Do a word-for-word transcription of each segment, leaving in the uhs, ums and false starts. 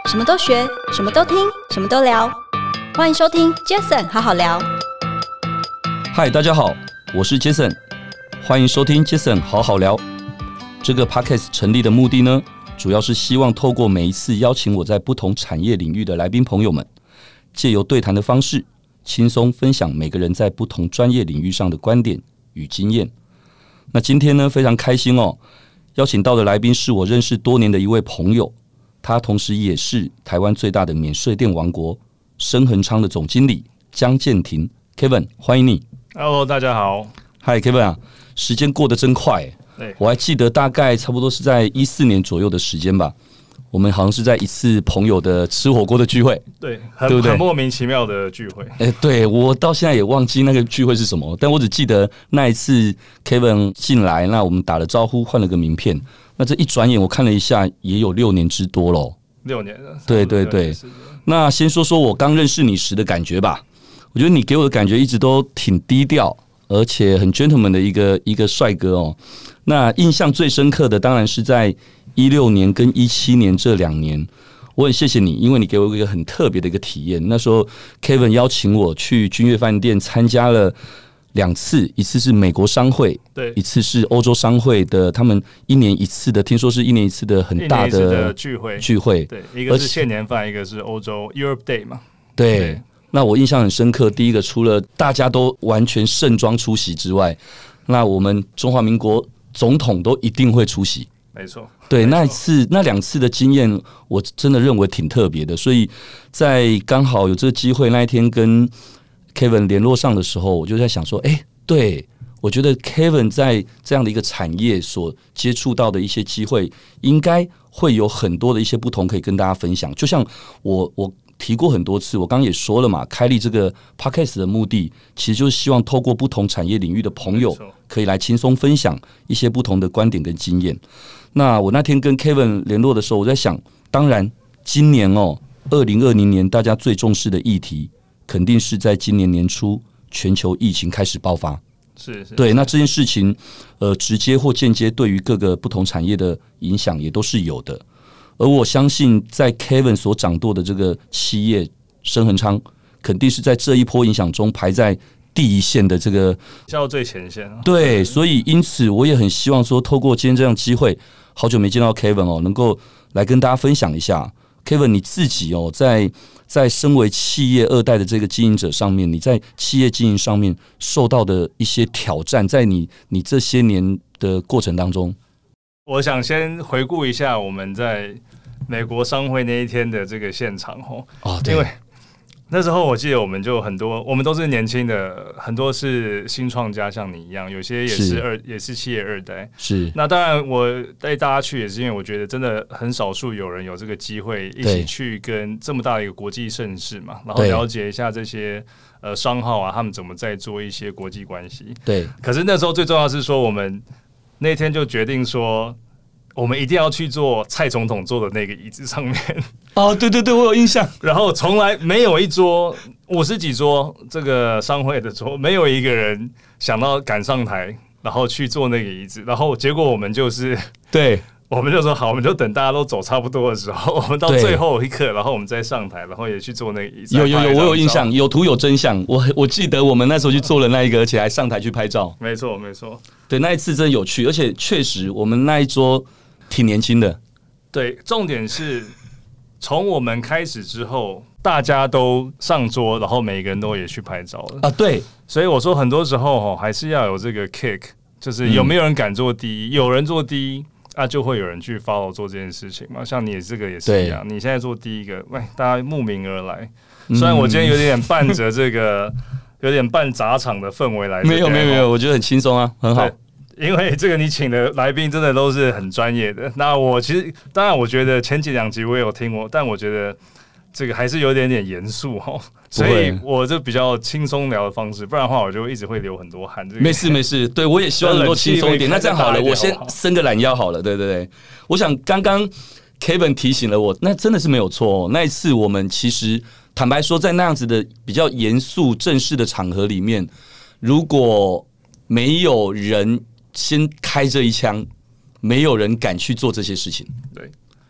什么都学，什么都听，什么都聊。欢迎收听 Jason 好好聊。 嗨，大家好，我是 Jason， 欢迎收听 Jason 好好聊。这个 Podcast 成立的目的呢，主要是希望透过每一次邀请我在不同产业领域的来宾朋友们，借由对谈的方式，轻松分享每个人在不同专业领域上的观点与经验。那今天呢，非常开心哦，邀请到的来宾是我认识多年的一位朋友，他同时也是台湾最大的免税店王国深恒昌的总经理江建廷 Kevin， 欢迎你。 Hello， 大家好。 Hi Kevin 啊，时间过得真快耶。 对， 我还记得大概差不多是在一四年左右的时间吧，我们好像是在一次朋友的吃火锅的聚会， 对，很对不对？ 很莫名其妙的聚会。 欸、对，我到现在也忘记那个聚会是什么，但我只记得那一次 Kevin 进来，那我们打了招呼，换了个名片。那这一转眼我看了一下，也有六年之多了。 六年了。 对对对。那先说说我刚认识你时的感觉吧。我觉得你给我的感觉一直都挺低调，而且很 gentleman 的一个一个帅哥哦。那印象最深刻的当然是在一六年跟一七年这两年，我很谢谢你，因为你给我一个很特别的一个体验。那时候 Kevin 邀请我去君悦饭店参加了两次，一次是美国商会， 对， 一次是欧洲商会的，他们一年一次的，听说是一年一次的很大 的, 的聚会。 聚会， 对，一个是现年饭，一个是欧洲 Europe Day 嘛。 对。 对， 那我印象很深刻，第一个除了大家都完全盛装出席之外，那我们中华民国总统都一定会出席。 没错， 对， 没错。 那一次那两次的经验，我真的认为挺特别的。所以在刚好有这个机会那一天跟 Kevin 联络上的时候，我就在想说，哎、欸，对，我觉得 Kevin 在这样的一个产业所接触到的一些机会，应该会有很多的一些不同可以跟大家分享。就像我我。提过很多次，我刚刚也说了嘛，开立这个 podcast 的目的，其实就是希望透过不同产业领域的朋友，可以来轻松分享一些不同的观点跟经验。那我那天跟 Kevin 联络的时候，我在想，当然今年哦，二零二零年大家最重视的议题，肯定是在今年年初全球疫情开始爆发。 是是。 对，那这件事情，呃，直接或间接对于各个不同产业的影响也都是有的。而我相信，在 Kevin 所掌舵的这个企业深恒昌，肯定是在这一波影响中排在第一线的这个， 叫最前线、啊。 对，所以因此我也很希望说，透过今天这样机会，好久没见到 Kevin 哦，能够来跟大家分享一下 Kevin 你自己哦，在在身为企业二代的这个经营者上面，你在企业经营上面受到的一些挑战，在你你这些年的过程当中。 我想先回顾一下我们在美国商会那一天的这个现场哦，因为那时候我记得我们就很多，我们都是年轻的，很多是新创家，像你一样，有些也是二，也是企业二代。 是。 那当然，我带大家去也是因为我觉得真的很少数有人有这个机会一起去跟这么大的一个国际盛事嘛，然后了解一下这些呃商号啊，他们怎么在做一些国际关系。 对。 可是那时候最重要的是说我们。那天就决定说，我们一定要去坐蔡总统坐的那个椅子上面。 哦，对对对，我有印象。 然后从来没有一桌五十几桌这个商会的桌，没有一个人想到赶上台，然后去坐那个椅子。然后结果我们就是对。 我们就说好，我们就等大家都走差不多的时候，我们到最后一刻，然后我们再上台，然后也去坐那个椅子。 有有有，我有印象，有图有真相。我我记得我们那时候去做了那一个，而且还上台去拍照。 没错没错， 对，那一次真有趣，而且确实我们那一桌挺年轻的。 对，重点是从我们开始之后，大家都上桌，然后每个人都也去拍照了啊。对， 所以我说很多时候还是要有这个 kick， 就是有没有人敢做第一，嗯、有人做第一。啊，就会有人去 follow 做这件事情嘛，像你这个也是一样，你现在做第一个，喂，大家慕名而来。虽然我今天有点伴着这个，有点半砸场的氛围来、這個， 没有没有没有，我觉得很轻松啊，很好。 因为这个你请的来宾真的都是很专业的。那我其实当然，我觉得前几两集我也有听过，但我觉得这个还是有点点严肃哦。所以我这比较轻松聊的方式，不然的话我就一直会流很多汗。这個、 没事没事，对我也希望能够轻松一点。那这样好了，我先伸个懒腰好了。对对对，我想刚刚 Kevin 提醒了我，那真的是没有错哦。那一次我们其实坦白说，在那样子的比较严肃正式的场合里面，如果没有人先开这一枪，没有人敢去做这些事情。 对。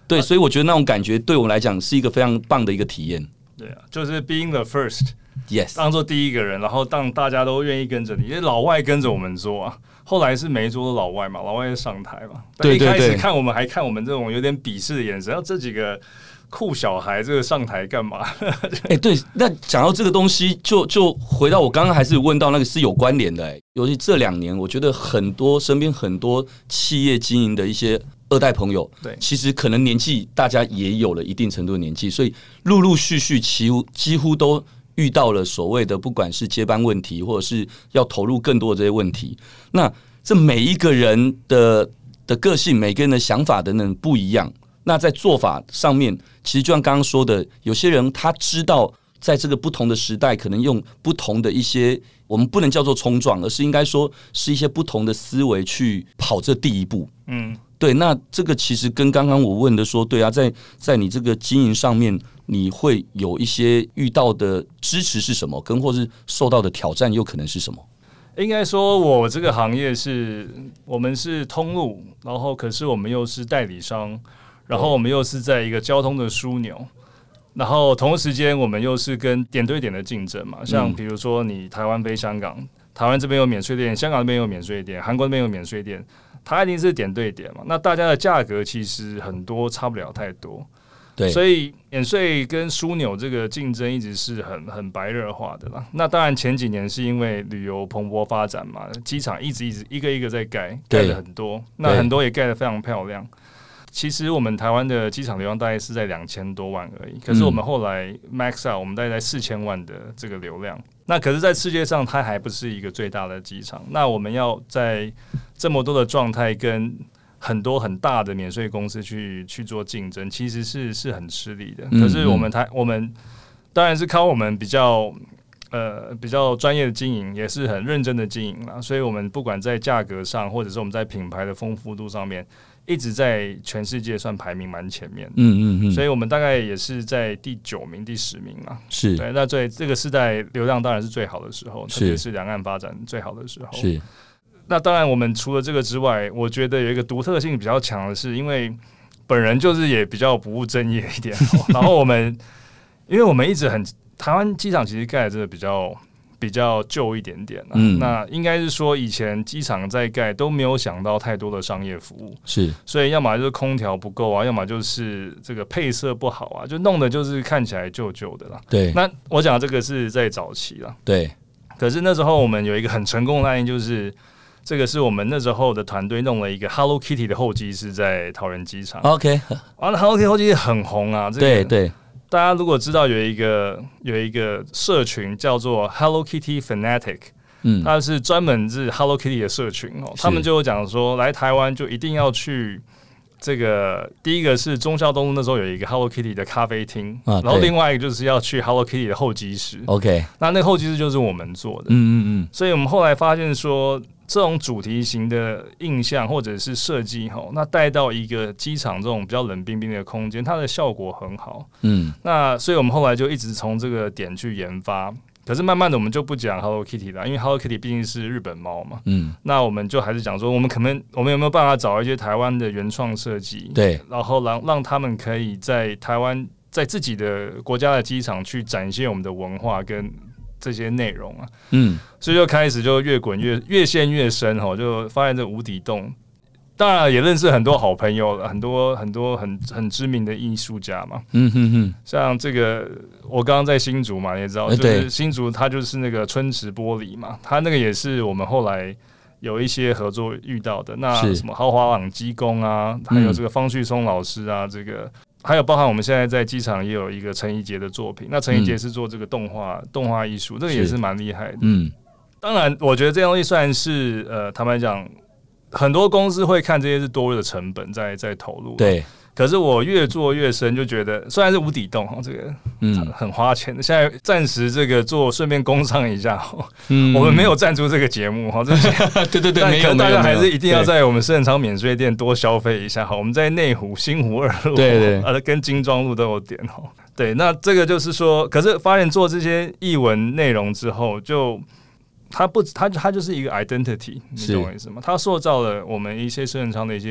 对，所以我觉得那种感觉对我来讲是一个非常棒的一个体验。 对啊，就是 being the first。Yes， 当做第一个人，然后当大家都愿意跟着你，因为老外跟着我们做啊。后来是每一桌都老外嘛，老外上台嘛。但一开始看我们还看我们这种有点鄙视的眼神，然后这几个酷小孩这个上台干嘛？ 哎、欸，对，那讲到这个东西，就就回到我刚刚还是问到那个是有关联的、欸。尤其这两年，我觉得很多身边很多企业经营的一些二代朋友， 对， 其实可能年纪大家也有了一定程度的年纪，所以陆陆续续几乎几乎都遇到了所谓的不管是接班问题，或者是要投入更多的这些问题。那这每一个人的的个性，每个人的想法等等不一样。那在做法上面，其实就像刚刚说的，有些人他知道在这个不同的时代，可能用不同的一些，我们不能叫做冲撞，而是应该说是一些不同的思维去跑这第一步。嗯，对。那这个其实跟刚刚我问的说，对啊，在在你这个经营上面，你会有一些遇到的支持是什么，跟或是受到的挑战又可能是什么？ 应该说，我这个行业是我们是通路，然后可是我们又是代理商。然后我们又是在一个交通的枢纽，然后同时间我们又是跟点对点的竞争嘛，像比如说你台湾飞香港，台湾这边有免税店，香港那边有免税店，韩国那边有免税店，它一定是点对点嘛。那大家的价格其实很多差不了太多，对，所以免税跟枢纽这个竞争一直是很很白热化的啦。那当然前几年是因为旅游蓬勃发展嘛，机场一直一直一个一个在盖，盖了很多，那很多也盖得非常漂亮。其实我们台湾的机场流量大概是在两千多万而已，可是我们后来 max out， 我们大概在四千万的这个流量。那可是，在世界上它还不是一个最大的机场。那我们要在这么多的状态跟很多很大的免税公司去去做竞争，其实是是很吃力的。可是我们台我们当然是靠我们比较呃比较专业的经营，也是很认真的经营啦。所以我们不管在价格上，或者是我们在品牌的丰富度上面，一直在全世界算排名蛮前面的，嗯嗯嗯，所以我们大概也是在第九名、第十名嘛。是，对。那最这个世代流量当然是最好的时候，特别是两岸发展最好的时候。是。那当然，我们除了这个之外，我觉得有一个独特性比较强的是，因为本人就是也比较不务正业一点，然后我们因为我们一直很台湾机场其实盖的真的比较。比较旧一点点、啊嗯、那应该是说以前机场在盖都没有想到太多的商业服务，是，所以要么就是空调不够啊，要么就是这个配色不好啊，就弄的就是看起来旧旧的啦。对，那我讲的这个是在早期啦。对，可是那时候我们有一个很成功的案例，就是这个是我们那时候的团队弄了一个 Hello Kitty 的候机室在桃园机场。OK， 完了 Hello Kitty 候机室很红啊，这个、对对。大家如果知道有一个有一个社群叫做 Hello Kitty Fanatic， 嗯，它是专门是 Hello Kitty 的社群哦。他们就有讲说，来台湾就一定要去这个，第一个是忠孝东路那时候有一个 Hello Kitty 的咖啡厅、啊，然后另外一个就是要去 Hello Kitty 的候机室。OK， 那那个候机室就是我们做的，嗯嗯嗯。所以我们后来发现说，这种主题型的印象或者是设计，那带到一个机场这种比较冷冰冰的空间，它的效果很好。嗯，那所以我们后来就一直从这个点去研发。可是慢慢的我们就不讲 Hello Kitty 了，因为 Hello Kitty 毕竟是日本猫嘛。嗯，那我们就还是讲说，我们可能我们有没有办法找一些台湾的原创设计，对，然后让让他们可以在台湾在自己的国家的机场去展现我们的文化跟这些内容啊，嗯，所以就开始就越滚越越陷越深哈，就发现这无底洞。当然也认识很多好朋友了，很多很多很很知名的艺术家嘛，嗯哼哼，像这个我刚刚在新竹嘛，你也知道，就是新竹它就是那个春池玻璃嘛，它那个也是我们后来有一些合作遇到的，那什么豪华朗机工啊，还有这个方旭松老师啊，这个。还有包含我们现在在机场也有一个陈怡杰的作品，那陈怡杰是做这个动画动画艺术，这个也是蛮厉害的。嗯，当然我觉得这东西虽然是呃，坦白讲，很多公司会看这些是多余的成本在在投入，对。可是我越做越深，就觉得虽然是无底洞哈，这个嗯很花钱的。现在暂时这个做顺便工商一下，嗯，我们没有赞助这个节目哈，对对对，没有，大家还是一定要在我们圣昌免税店多消费一下哈。我们在内湖、新湖二路，对对，呃，跟金庄路都有点哈。对，那这个就是说，可是发现做这些艺文内容之后，就它不，它它就是一个 identity， 你懂我意思吗？它塑造了我们一些圣昌的一些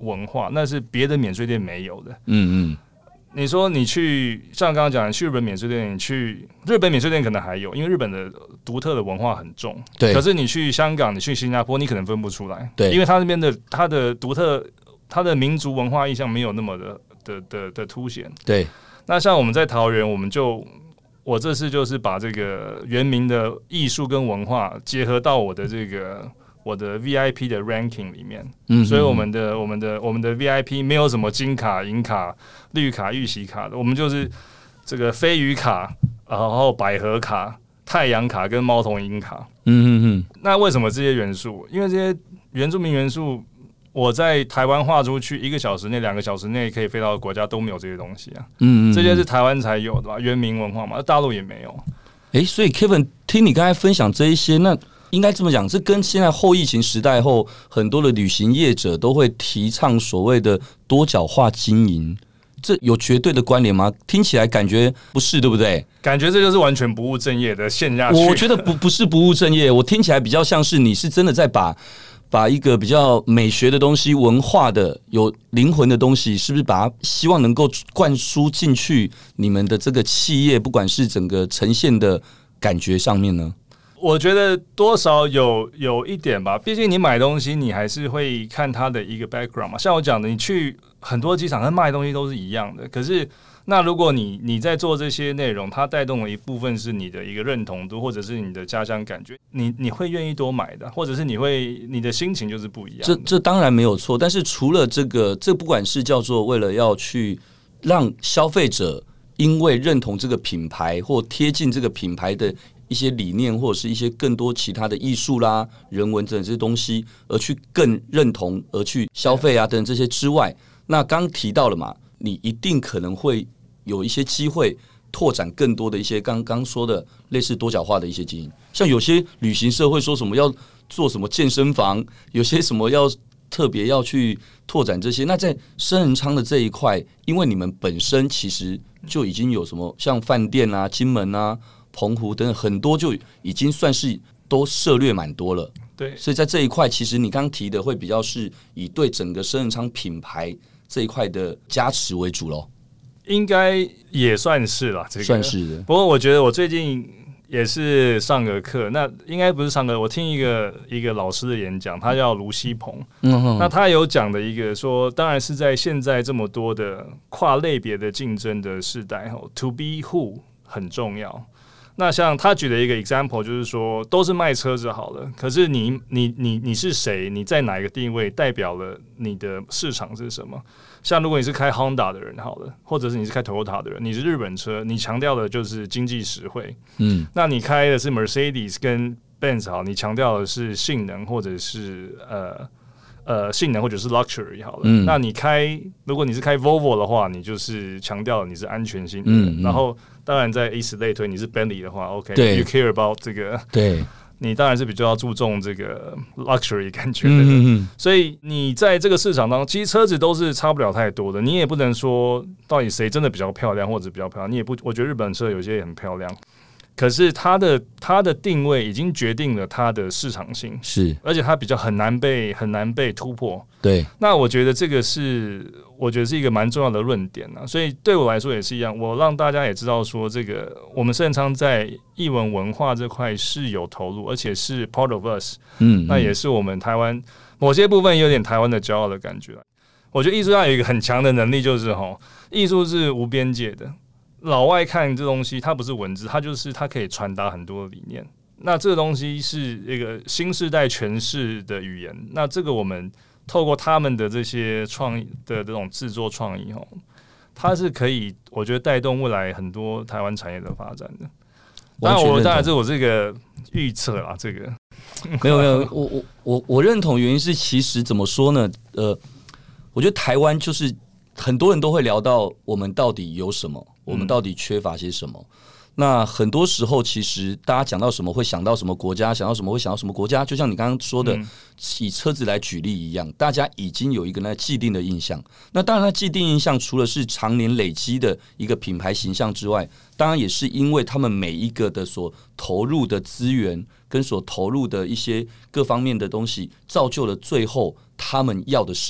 文化，那是别的免税店没有的。 嗯嗯。 你说你去像刚刚讲，你去日本免税店，你去日本免税店可能还有，因为日本的独特的文化很重。 对。 可是你去香港，你去新加坡，你可能分不出来。 对。 因为他那边的他的独特，他的民族文化意象没有那么的的的的凸显。 对。 那像我们在桃园，我们就我这次就是把这个原民的艺术跟文化结合到我的这个。我的 V I P 的 ranking 里面，嗯，所以我们的我们的我们的 V I P 没有什么金卡、银卡、绿卡、玉玺卡的，我们就是这个飞鱼卡，然后百合卡、太阳卡跟猫头鹰卡。嗯嗯嗯。那为什么这些元素？因为这些原住民元素，我在台湾画出去一个小时内、两个小时内可以飞到的国家都没有这些东西啊。嗯嗯。这些是台湾才有的吧？原民文化嘛，大陆也没有。 哎、欸，所以 Kevin 听你刚才分享这一些，那。应该这么讲，是跟现在后疫情时代后，很多的旅行业者都会提倡所谓的多角化经营，这有绝对的关联吗？听起来感觉不是，对不对？ 感觉这就是完全不务正业的陷下去。 我觉得不不是不务正业，我听起来比较像是你是真的在把把一个比较美学的东西、文化的有灵魂的东西，是不是把它希望能够灌输进去你们的这个企业，不管是整个呈现的感觉上面呢？ 我觉得多少有有一点吧，毕竟你买东西，你还是会看它的一个 background 嘛。像我讲的，你去很多机场，它卖的东西都是一样的。可是，那如果你你在做这些内容，它带动了一部分是你的一个认同度，或者是你的家乡感觉，你你会愿意多买的，或者是你会你的心情就是不一样的。 这这当然没有错，但是除了这个，这不管是叫做为了要去让消费者因为认同这个品牌或贴近这个品牌的。一些理念或者是一些更多其他的艺术啦、人文等这些东西，而去更认同而去消费啊等等这些之外，那刚提到了嘛，你一定可能会有一些机会拓展更多的一些刚刚说的类似多角化的一些经营，像有些旅行社会说什么要做什么健身房，有些什么要特别要去拓展这些。那在生人昌的这一块，因为你们本身其实就已经有什么像饭店啊、金门啊。澎湖等等很多就已经算是都涉略蛮多了， 对， 所以在这一块，其实你刚提的会比较是以对整个生人昌品牌这一块的加持为主咯。 应该也算是啦，这个算是的。 不过我觉得我最近也是上个课，那应该不是上课，我听一个一个老师的演讲，他叫卢锡鹏，嗯哼，那他有讲的一个说，当然是在现在这么多的跨类别的竞争的时代 ，to be who 很重要。那像他举的一个 example 就是说，都是卖车子好了，可是你你你你是谁？你在哪一个定位，代表了你的市场是什么？像如果你是开 Honda 的人好了，或者是你是开 Toyota 的人，你是日本车，你强调的就是经济实惠，嗯，那你开的是 Mercedes 跟 Benz 好，你强调的是性能或者是呃呃性能或者是 luxury 好了，嗯，那你开如果你是开 Volvo 的话，你就是强调你是安全性的，嗯，然后。当然，在以此类推，你是 Bentley 的话 ，OK，you、okay, care about 这个， 对， 你当然是比较注重这个 luxury 感觉的人，嗯嗯，所以你在这个市场当中，其实车子都是差不了太多的，你也不能说到底谁真的比较漂亮或者比较漂亮，你也不，我觉得日本车有些也很漂亮，可是它的它的定位已经决定了它的市场性， 是， 而且它比较很难被很难被突破， 对， 那我觉得这个是。我觉得是一个蛮重要的论点啊，所以对我来说也是一样。我让大家也知道说，这个我们生人昌在艺文文化这块是有投入，而且是 part of us， 嗯，那也是我们台湾某些部分有点台湾的骄傲的感觉。我觉得艺术家有一个很强的能力，就是哈，艺术是无边界的。老外看这东西，它不是文字，它就是它可以传达很多理念。那这个东西是一个新世代诠释的语言。那这个我们。透过他们的这些创意的这种制作创意，它是可以，我觉得带动未来很多台湾产业的发展的。当然我，我当然这我这个预测啦，这个没有没有，我我我我认同，原因是其实怎么说呢？呃，我觉得台湾就是很多人都会聊到我们到底有什么，我们到底缺乏些什么。嗯，那很多时候，其实大家讲到什么会想到什么国家，想到什么会想到什么国家，就像你刚刚说的，嗯、以车子来举例一样，大家已经有一个那既定的印象。那当然，那既定印象除了是常年累积的一个品牌形象之外，当然也是因为他们每一个的所投入的资源跟所投入的一些各方面的东西，造就了最后他们要的是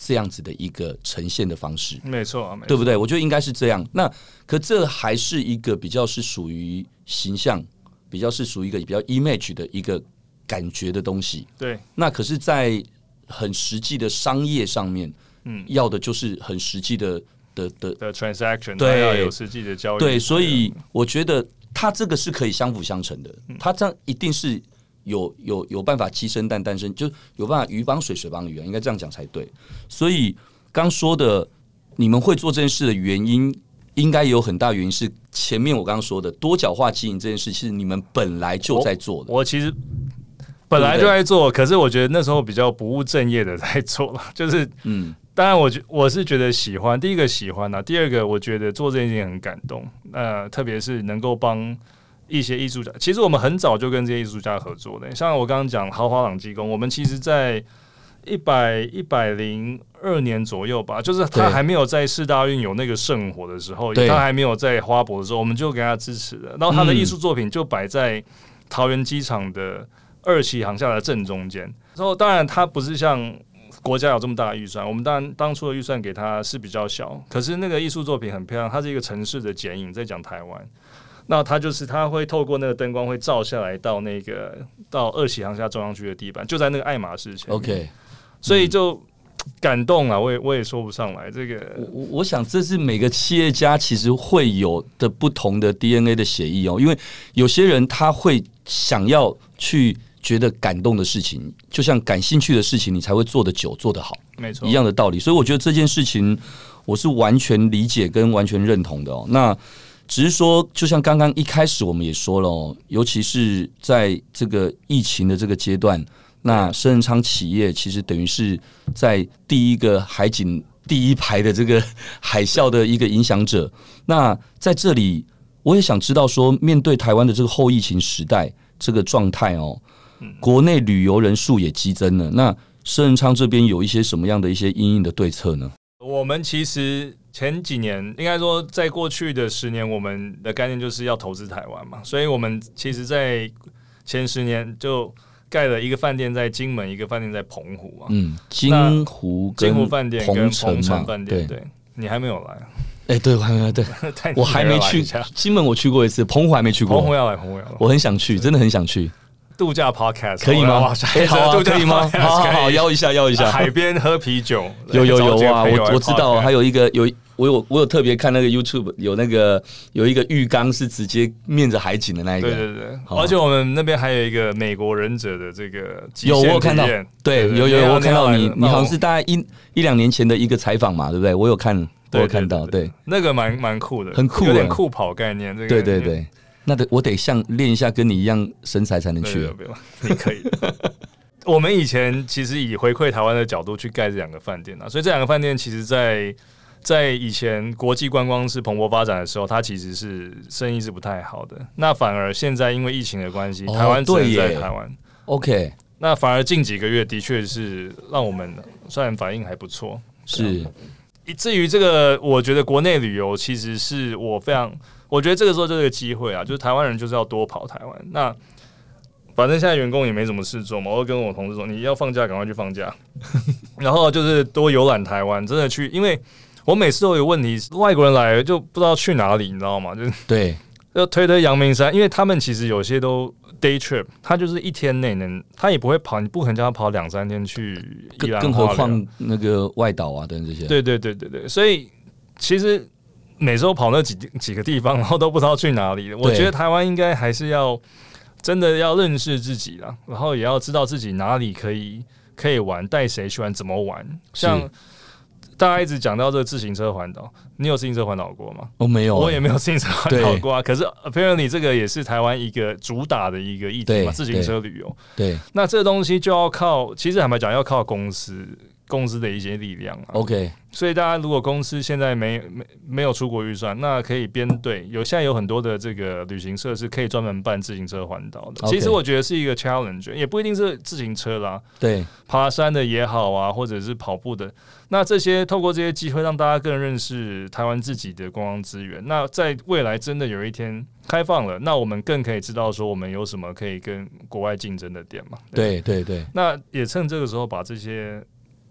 这样子的一个呈现的方式， 没错、啊， 对不对？我觉得应该是这样。那可这还是一个比较是属于形象，比较是属于一个比较 image 的一个感觉的东西。 对， 那可是，在很实际的商业上面，嗯，要的就是很实际的的的的 transaction， 对， 要有实际的交易。 对，所以我觉得它这个是可以相辅相成的，它这样一定是。有有有办法鸡生蛋，蛋生，就有办法鱼帮水，水帮鱼啊，应该这样讲才对。所以刚说的，你们会做这件事的原因，应该有很大原因是前面我刚刚说的多角化经营这件事，是你们本来就在做的。 我, 我其实本来就在做，可是我觉得那时候比较不务正业的在做了，就是嗯。当然我，我我是觉得喜欢，第一个喜欢啊，第二个我觉得做这件事情很感动，呃，特别是能够帮一些艺术家，其实我们很早就跟这些艺术家合作的。像我刚刚讲豪华朗基宫，我们其实在一百一百零二年左右吧，就是他还没有在世大运有那个圣火的时候，他还没有在花博的时候，我们就给他支持的。然后他的艺术作品就摆在桃园机场的二期航厦的正中间。然后当然他不是像国家有这么大的预算，我们当然当初的预算给他是比较小，可是那个艺术作品很漂亮，它是一个城市的剪影，在讲台湾。那它就是它会透过那个灯光会照下来到那个到二期航厦中央区的地板，就在那个爱马仕前面。OK， 所以就感动啊，我也我也说不上来。这个我我想这是每个企业家其实会有的不同的 D N A 的协议哦，因为有些人他会想要去觉得感动的事情，就像感兴趣的事情，你才会做得久做得好， 没错， 一样的道理。所以我觉得这件事情我是完全理解跟完全认同的哦。那只是说，就像刚刚一开始我们也说了哦，尤其是在这个疫情的这个阶段，那施仁昌企业其实等于是在第一个海景第一排的这个海啸的一个影响者。那在这里，我也想知道说，面对台湾的这个后疫情时代这个状态哦，国内旅游人数也激增了。那施仁昌这边有一些什么样的一些因应的对策呢？ 我们其实前几年应该说，在过去的十年，我们的概念就是要投资台湾嘛，所以我们其实，在前十年就盖了一个饭店在金门，一个饭店在澎湖嘛。嗯， 金湖跟金湖饭店跟澎城饭店，对，你还没有来。 哎、欸，对，我还没对，我还没去金门，我去过一次，澎湖还没去过。 澎湖要来，澎湖要来， 我很想去，真的很想去。 度假 podcast 可以吗？ 哎、欸， 好啊，可以吗？好好好，邀一下，邀一下。 海边喝啤酒， 有有有啊，我我知道，还有一个有我有我有特别看那个 YouTube， 有那个有一个浴缸是直接面着海景的那一个， 对对对。而且我们那边还有一个美国忍者的这个极限体验， 有我有看到，对，有有我有看到你，你好像是大概一一两年前的一个采访嘛，对不对？我有看，我有看到，对， 那个蛮蛮酷的， 很酷， 有点酷跑概念，这个对对对。那得我得像练一下跟你一样身材才能去， 不用，你可以。我们以前其实以回馈台湾的角度去盖这两个饭店啊，所以这两个饭店其实在在以前国际观光是蓬勃发展的时候，它其实是生意是不太好的。那反而现在因为疫情的关系，台湾只能在台湾。 OK， 那反而近几个月的确是让我们虽然反应还不错， 是。 至于这个，我觉得国内旅游其实是我非常。我觉得这个时候就是个机会啊，就是台湾人就是要多跑台湾。那反正现在员工也没什么事做嘛，我会跟我同事说，你要放假赶快去放假，然后就是多游览台湾，真的去，因为我每次都有问题，外国人来就不知道去哪里，你知道吗？就是对， 要推推阳明山，因为他们其实有些都 day trip， 他就是一天内能，他也不会跑，你不可能叫他跑两三天去宜兰花莲， 更何况那个外岛啊等这些。 对对对对对，所以其实。每周跑那几几个地方，然后都不知道去哪里。我觉得台湾应该还是要真的要认识自己啦，然后也要知道自己哪里可以可以玩，带谁去玩，怎么玩。像大家一直讲到这个自行车环岛，你有自行车环岛过吗？ 我、哦、没有， 我也没有自行车环岛过啊。可是 apparently 这个也是台湾一个主打的一个议题嘛，自行车旅游。 对， 那这个东西就要靠，其实坦白讲，要靠公司。公司的一些力量、啊、 OK， 所以大家如果公司现在没没没有出国预算，那可以编队。有现在有很多的这个旅行社是可以专门办自行车环岛的。Okay. 其实我觉得是一个 challenge， 也不一定是自行车啦， 对， 爬山的也好啊，或者是跑步的。那这些透过这些机会，让大家更认识台湾自己的观光资源。那在未来真的有一天开放了，那我们更可以知道说我们有什么可以跟国外竞争的点嘛。 对对 对, 对。 那也趁这个时候把这些。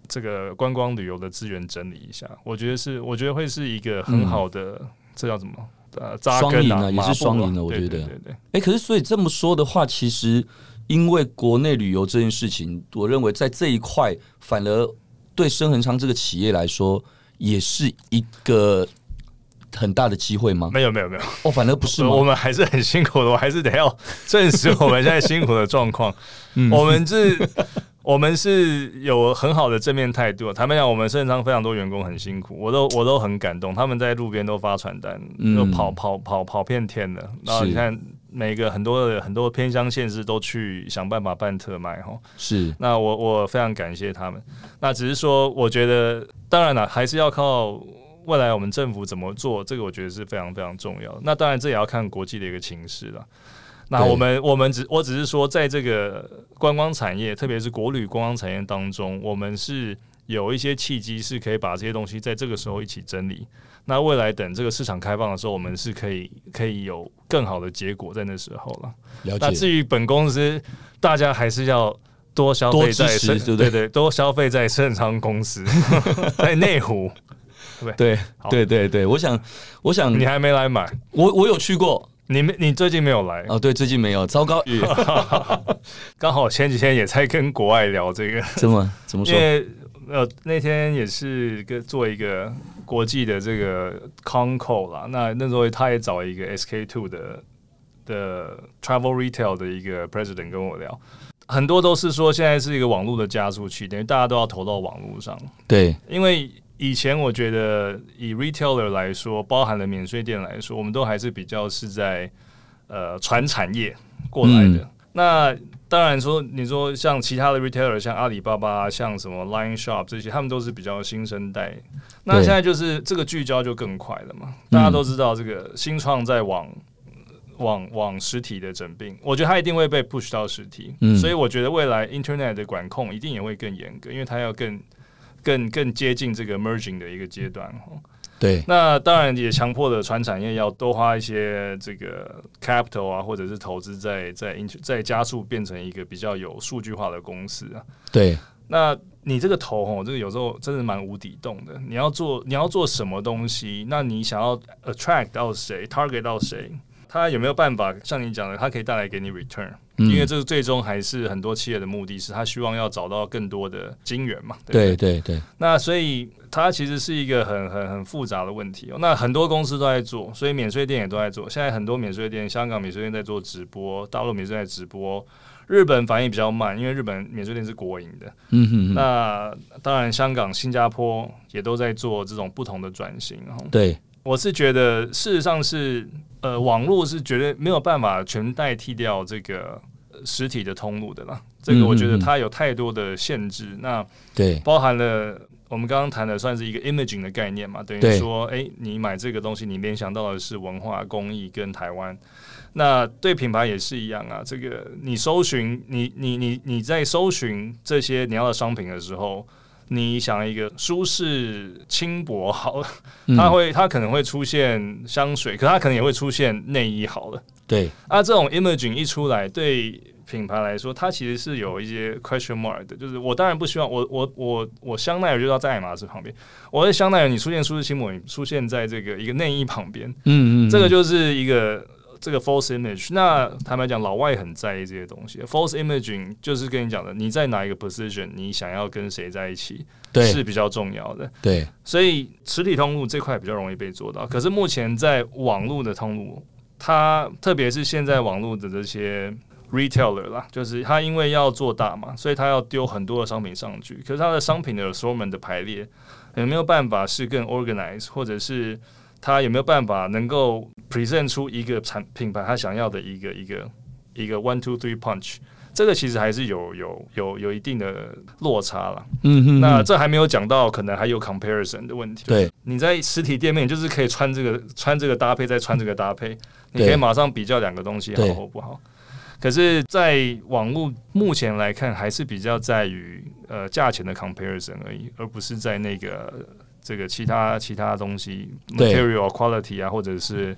这个观光旅游的资源整理一下，我觉得是，我觉得会是一个很好的，嗯、这叫什么？呃，扎根啊， 啊也是双赢的，我觉得。 对对对。 哎、欸，可是所以这么说的话，其实因为国内旅游这件事情，我认为在这一块，反而对深恒昌这个企业来说，也是一个很大的机会吗？ 没有没有没有， 哦，反而不是吗？ 我们还是很辛苦的，我还是得要证实我们现在辛苦的状况。嗯、我们是。我们是有很好的正面态度，坦白讲，我们深恒昌非常多员工很辛苦，我都我都很感动，他们在路边都发传单，嗯、都跑跑跑跑遍天了。然后你看，每个很多的很多偏乡县市都去想办法办特卖哈。 是， 那我我非常感谢他们。那只是说，我觉得当然了，还是要靠未来我们政府怎么做，这个我觉得是非常非常重要的。那当然，这也要看国际的一个情势了。那我们我们只我只是说，在这个观光产业，特别是国旅观光产业当中，我们是有一些契机，是可以把这些东西在这个时候一起整理。那未来等这个市场开放的时候，我们是可以可以有更好的结果在那时候了。 了解。 那至于本公司，大家还是要多消费在深，对对对，多消费在深恒昌公司，在内湖。 对对对对对，我想我想你还没来买， 我我有去过。 你你最近没有来哦？对，最近没有，糟糕。 刚好前几天也在跟国外聊这个， 怎么怎么说？ 因为呃那天也是跟做一个国际的这个 Concall 啦，那那时候他也找一个 S K two 的的 Travel Retail 的一个 President 跟我聊，很多都是说现在是一个网络的加速器，等于大家都要投到网络上。 对， 因为以前我觉得以 retailer 来说，包含了免税店来说，我们都还是比较是在呃传产业过来的。嗯、那当然说，你说像其他的 retailer， 像阿里巴巴、像什么 Line Shop 这些，他们都是比较新生代。那现在就是这个聚焦就更快了嘛。大家都知道，这个新创在往往往实体的整并，我觉得它一定会被 push 到实体。嗯、所以我觉得未来 Internet 的管控一定也会更严格，因为它要更。更更接近这个 merging 的一个阶段， 对。 那当然也强迫了传产业要多花一些这个 capital 啊，或者是投资在在在加速变成一个比较有数据化的公司啊。 对。 那你这个投哦，这个有时候真的蛮无底洞的。你要做你要做什么东西？那你想要 attract 到谁 ，target 到谁？他有没有办法像你讲的，他可以带来给你 return？嗯、因为这个最终还是很多企业的目的是，他希望要找到更多的金源嘛。对对 对, 对。 那所以它其实是一个很很很复杂的问题哦。那很多公司都在做，所以免税店也都在做。现在很多免税店，香港免税店在做直播，大陆免税店在直播。日本反应比较慢，因为日本免税店是国营的。嗯哼哼。那当然，香港、新加坡也都在做这种不同的转型。 对。 我是觉得，事实上是，呃，网络是绝对没有办法全代替掉这个实体的通路的啦。这个我觉得它有太多的限制。嗯、那对，包含了我们刚刚谈的算是一个 imaging 的概念嘛，等于说，哎、欸，你买这个东西，你联想到的是文化、工艺跟台湾。那对品牌也是一样啊。这个你搜寻，你你你你在搜寻这些你要的商品的时候。你想一个舒适轻薄好了，它会它可能会出现香水，可它可能也会出现内衣好了。 对， 啊，这种 imaging 一出来，对品牌来说，它其实是有一些 question mark 的。就是我当然不希望我我我我香奈儿就要在爱马仕旁边，我在香奈儿你出现舒适轻薄，你出现在这个一个内衣旁边，嗯, 嗯嗯，这个就是一个。这个 false image， 那坦白讲，老外很在意这些东西。false imaging 就是跟你讲的，你在哪一个 position， 你想要跟谁在一起，是比较重要的。 对， 所以实体通路这块比较容易被做到。可是目前在网络的通路，它特别是现在网络的这些 retailer 啦，就是它因为要做大嘛，所以它要丢很多的商品上去。可是它的商品的 assortment 的排列有没有办法是更 organized， 或者是他有没有办法能够 present 出一个产品牌他想要的一个一个一个 one two three punch， 这个其实还是有有有有一定的落差了。嗯哼哼，那这还没有讲到可能还有 comparison 的问题。 对， 你在实体店面就是可以穿这个穿这个搭配，再穿这个搭配，你可以马上比较两个东西好或不好。可是，在网络目前来看，还是比较在于呃价钱的 comparison 而已，而不是在那个。这个其他其他东西 material quality 啊，或者是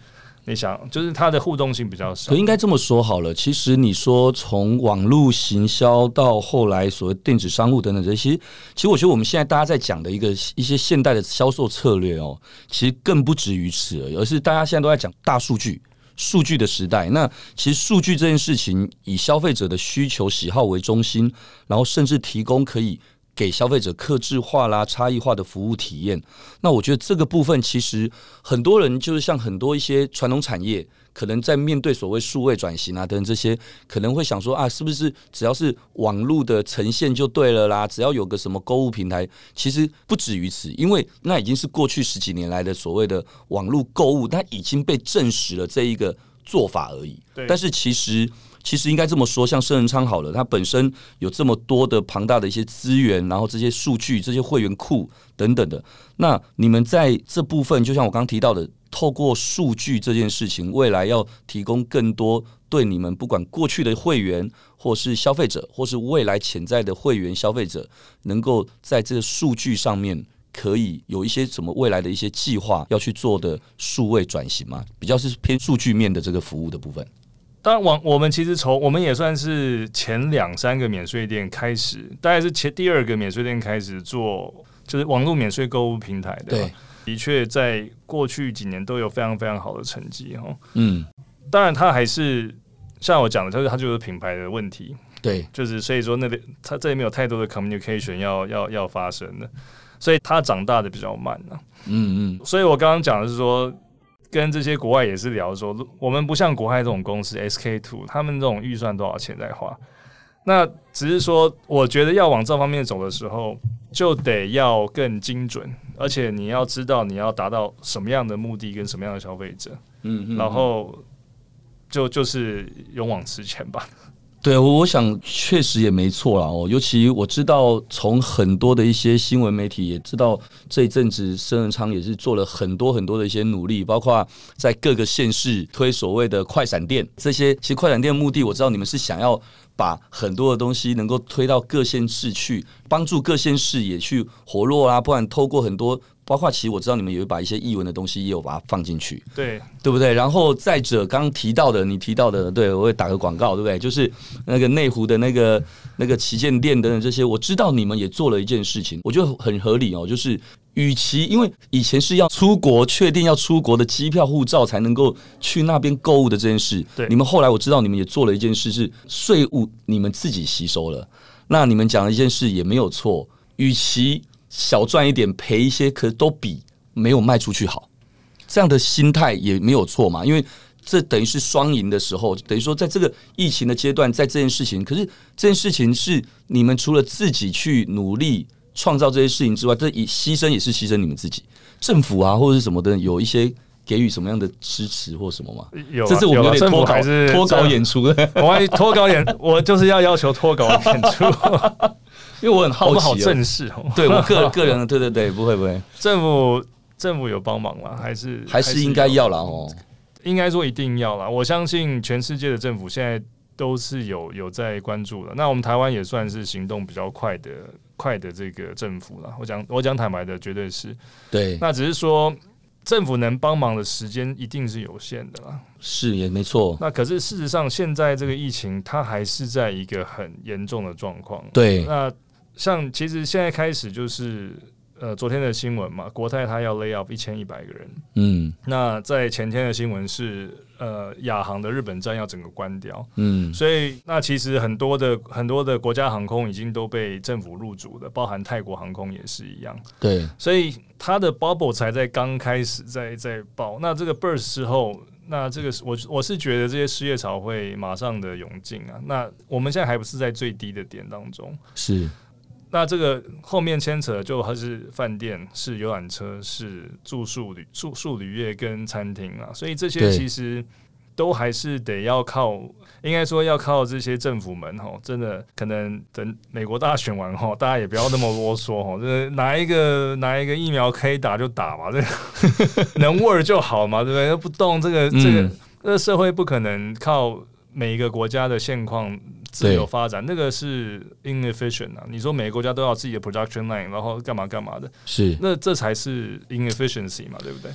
你想，就是它的互动性比较少。 可应该这么说好了，其实你说从网络行销到后来所谓电子商务等等这些，其实我觉得我们现在大家在讲的一个一些现代的销售策略哦，其实更不止于此而已，而是大家现在都在讲大数据。数据的时代，那其实数据这件事情以消费者的需求喜好为中心，然后甚至提供可以给消费者客制化啦、差异化的服务体验。那我觉得这个部分其实很多人就是像很多一些传统产业，可能在面对所谓数位转型啊等等这些，可能会想说啊，是不是只要是网络的呈现就对了啦？只要有个什么购物平台，其实不止于此，因为那已经是过去十几年来的所谓的网络购物，它已经被证实了这一个做法而已。但是其实。其实应该这么说，像圣人昌好了，它本身有这么多的庞大的一些资源，然后这些数据、这些会员库等等的。那你们在这部分，就像我刚刚提到的，透过数据这件事情，未来要提供更多对你们不管过去的会员，或是消费者，或是未来潜在的会员消费者，能够在这个数据上面。可以有一些什么未来的一些计划要去做的数位转型吗？比较是偏数据面的这个服务的部分。 当然，网我们其实从我们也算是前两三个免税店开始，大概是前第二个免税店开始做，就是网络免税购物平台的。对，的确在过去几年都有非常非常好的成绩哈。嗯，当然它还是像我讲的，就是它就是品牌的问题。对，就是所以说那边它这里面有太多的 communication 要要要发生的，所以它长大的比较慢啊。嗯嗯，所以我刚刚讲的是说。跟这些国外也是聊说，我们不像国外这种公司 S K 二， 他们这种预算多少钱在花。那只是说，我觉得要往这方面走的时候，就得要更精准，而且你要知道你要达到什么样的目的跟什么样的消费者。嗯, 嗯, 嗯，然后就就是勇往直前吧。 对，我想确实也没错啦哦。尤其我知道，从很多的一些新闻媒体也知道，这一阵子圣人昌也是做了很多很多的一些努力，包括在各个县市推所谓的快闪店。这些其实快闪店的目的，我知道你们是想要把很多的东西能够推到各县市去，帮助各县市也去活络啦。不然透过很多。包括其实我知道你们有把一些艺文的东西也有把它放进去， 对对不对？然后再者刚刚提到的，你提到的，对我会打个广告，对不对？就是那个内湖的那个那个旗舰店等等这些，我知道你们也做了一件事情，我觉得很合理哦，就是与其因为以前是要出国确定要出国的机票护照才能够去那边购物的这件事，对，你们后来我知道你们也做了一件事，是税务你们自己吸收了，那你们讲的一件事也没有错，与其小赚一点赔一些，可是都比没有卖出去好。这样的心态也没有错嘛，因为这等于是双赢的时候，等于说在这个疫情的阶段，在这件事情，可是这件事情是你们除了自己去努力创造这些事情之外，这牺牲也是牺牲你们自己，政府啊或者是什么的有一些给予什么样的支持或什么吗？ 有、啊， 这是我们有点脱稿脱稿演出的， 我脱稿演，我就是要要求脱稿演出。 因为我很好奇，我们好正式哦。 对我个个人，对对对，不会不会。 政府政府有帮忙啦，还是还是应该要啦哦。 应该说一定要啦。我相信全世界的政府现在都是有有在关注的。那我们台湾也算是行动比较快的快的这个政府啦。我讲我讲坦白的，绝对是对。那只是说政府能帮忙的时间一定是有限的啦。 是也没错。 那可是事实上，现在这个疫情它还是在一个很严重的状况。 对。 那像其实现在开始就是呃昨天的新闻嘛，国泰它要 lay off 一千一百个人，嗯，那在前天的新闻是呃亚航的日本站要整个关掉，嗯，所以那其实很多的很多的国家航空已经都被政府入主的，包含泰国航空也是一样，对，所以它的 bubble 才在刚开始在在爆，那这个 burst 之后。那这个我我是觉得这些失业潮会马上的涌进啊，那我们现在还不是在最低的点当中，是。那这个后面牵扯就还是饭店、是游览车、是住宿旅住宿旅业跟餐厅啊，所以这些其实都还是得要靠，应该说要靠这些政府们哈，真的可能等美国大选完哈，大家也不要那么啰嗦哈，就是哪一个哪一个疫苗可以打就打嘛，这个能 work 就好嘛，对不对？不动这个这个这个社会不可能靠每一个国家的现况自由发展，那个是 inefficient 啊。你说每个国家都要自己的 production line， 然后干嘛干嘛的，是那这才是 inefficiency 嘛，对不对？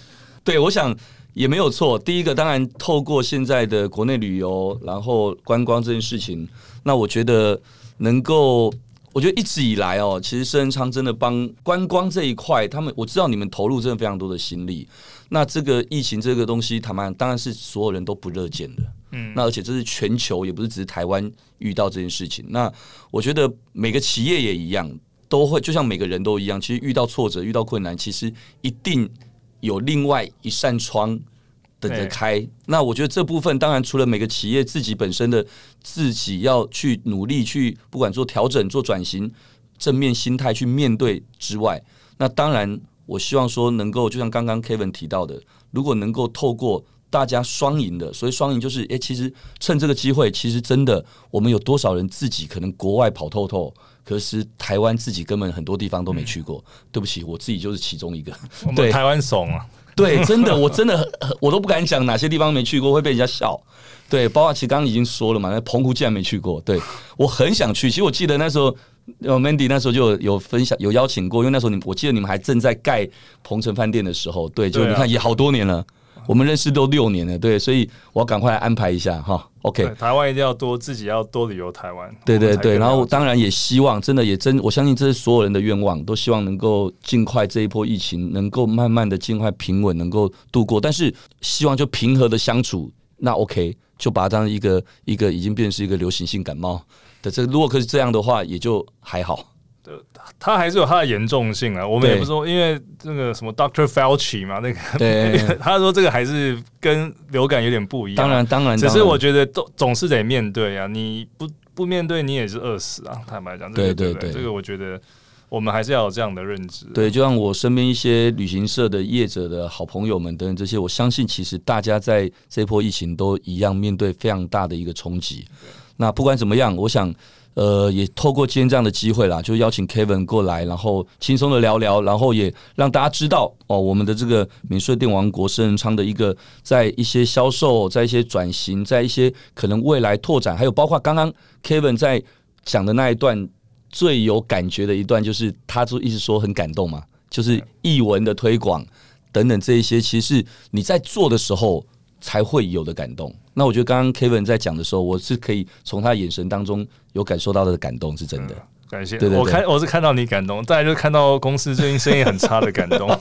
对，我想也没有错。第一个，当然透过现在的国内旅游，然后观光这件事情，那我觉得能够。我觉得一直以来哦，其实施恩昌真的帮观光这一块，他们我知道你们投入真的非常多的心力。那这个疫情这个东西，坦白当然是所有人都不乐见的。嗯，那而且这是全球，也不是只是台湾遇到这件事情。那我觉得每个企业也一样，都会就像每个人都一样，其实遇到挫折、遇到困难，其实一定有另外一扇窗等着开。那我觉得这部分当然除了每个企业自己本身的自己要去努力去不管做调整做转型正面心态去面对之外，那当然我希望说能够就像刚刚 Kevin 提到的，如果能够透过大家双赢的，所以双赢就是诶、欸、其实趁这个机会，其实真的我们有多少人自己可能国外跑透透，可是台湾自己根本很多地方都没去过、嗯、对不起，我自己就是其中一个。 我们台湾怂啊， 对，真的，我真的我都不敢讲哪些地方没去过，会被人家笑。对，包括其实刚刚已经说了嘛，那澎湖竟然没去过，对我很想去。其实我记得那时候，Mandy 那时候就有有分享，有邀请过，因为那时候你我记得你们还正在盖鹏城饭店的时候，对，就你看也好多年了。我们认识都六年了，对，所以我要赶快来安排一下哈。OK， 台湾一定要多，自己要多旅游台湾。 对对对，然后当然也希望，真的也真，我相信这是所有人的愿望，都希望能够尽快这一波疫情能够慢慢的尽快平稳，能够度过。但是希望就平和的相处，那 OK， 就把它当一个一个已经变成是一个流行性感冒的这个，如果可是这样的话，也就还好。 它还是有它的严重性啊，我们也不是说，因为这个什么 Doctor Fauci 嘛，那个，那个他说这个还是跟流感有点不一样。 当然，当然， 只是我觉得都总是得面对啊，你不不面对，你也是饿死啊。坦白讲，这个、对对对，这个我觉得我们还是要有这样的认知、啊。 对，就像我身边一些旅行社的业者的好朋友们等等这些，我相信其实大家在这波疫情都一样面对非常大的一个冲击。那不管怎么样，我想。呃，也透过今天这样的机会啦，就邀请 Kevin 过来，然后轻松的聊聊，然后也让大家知道哦，我们的这个免税店王国施恩昌的一个在一些销售，在一些转型，在一些可能未来拓展，还有包括刚刚 Kevin 在讲的那一段最有感觉的一段，就是他就一直说很感动嘛，就是艺文的推广等等这一些，其实是你在做的时候才会有的感动。那我觉得刚刚 Kevin 在讲的时候，我是可以从他的眼神当中有感受到的感动，是真的。嗯、 感谢，对对对，我看我是看到你感动，再来就是看到公司最近生意很差的感动。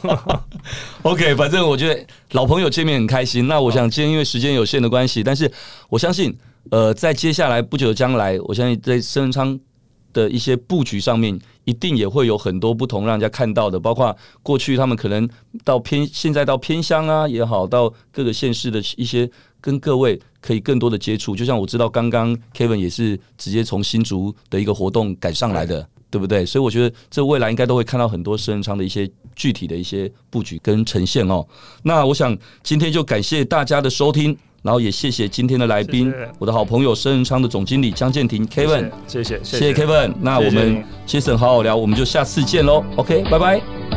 OK， 反正我觉得老朋友见面很开心。那我想今天因为时间有限的关系，但是我相信，呃，在接下来不久的将来，我相信在施恩昌的一些布局上面，一定也会有很多不同让人家看到的，包括过去他们可能到偏现在到偏乡啊也好，到各个县市的一些跟各位可以更多的接触。就像我知道刚刚 Kevin 也是直接从新竹的一个活动赶上来的，对, 对不对？所以我觉得这未来应该都会看到很多施恩昌的一些具体的一些布局跟呈现哦。那我想今天就感谢大家的收听。然后也谢谢今天的来宾，谢谢我的好朋友施恩昌的总经理江建廷 Kevin， 谢谢谢谢, 谢谢 Kevin。那我们 Jason 好好聊，我们就下次见喽。OK， 拜拜。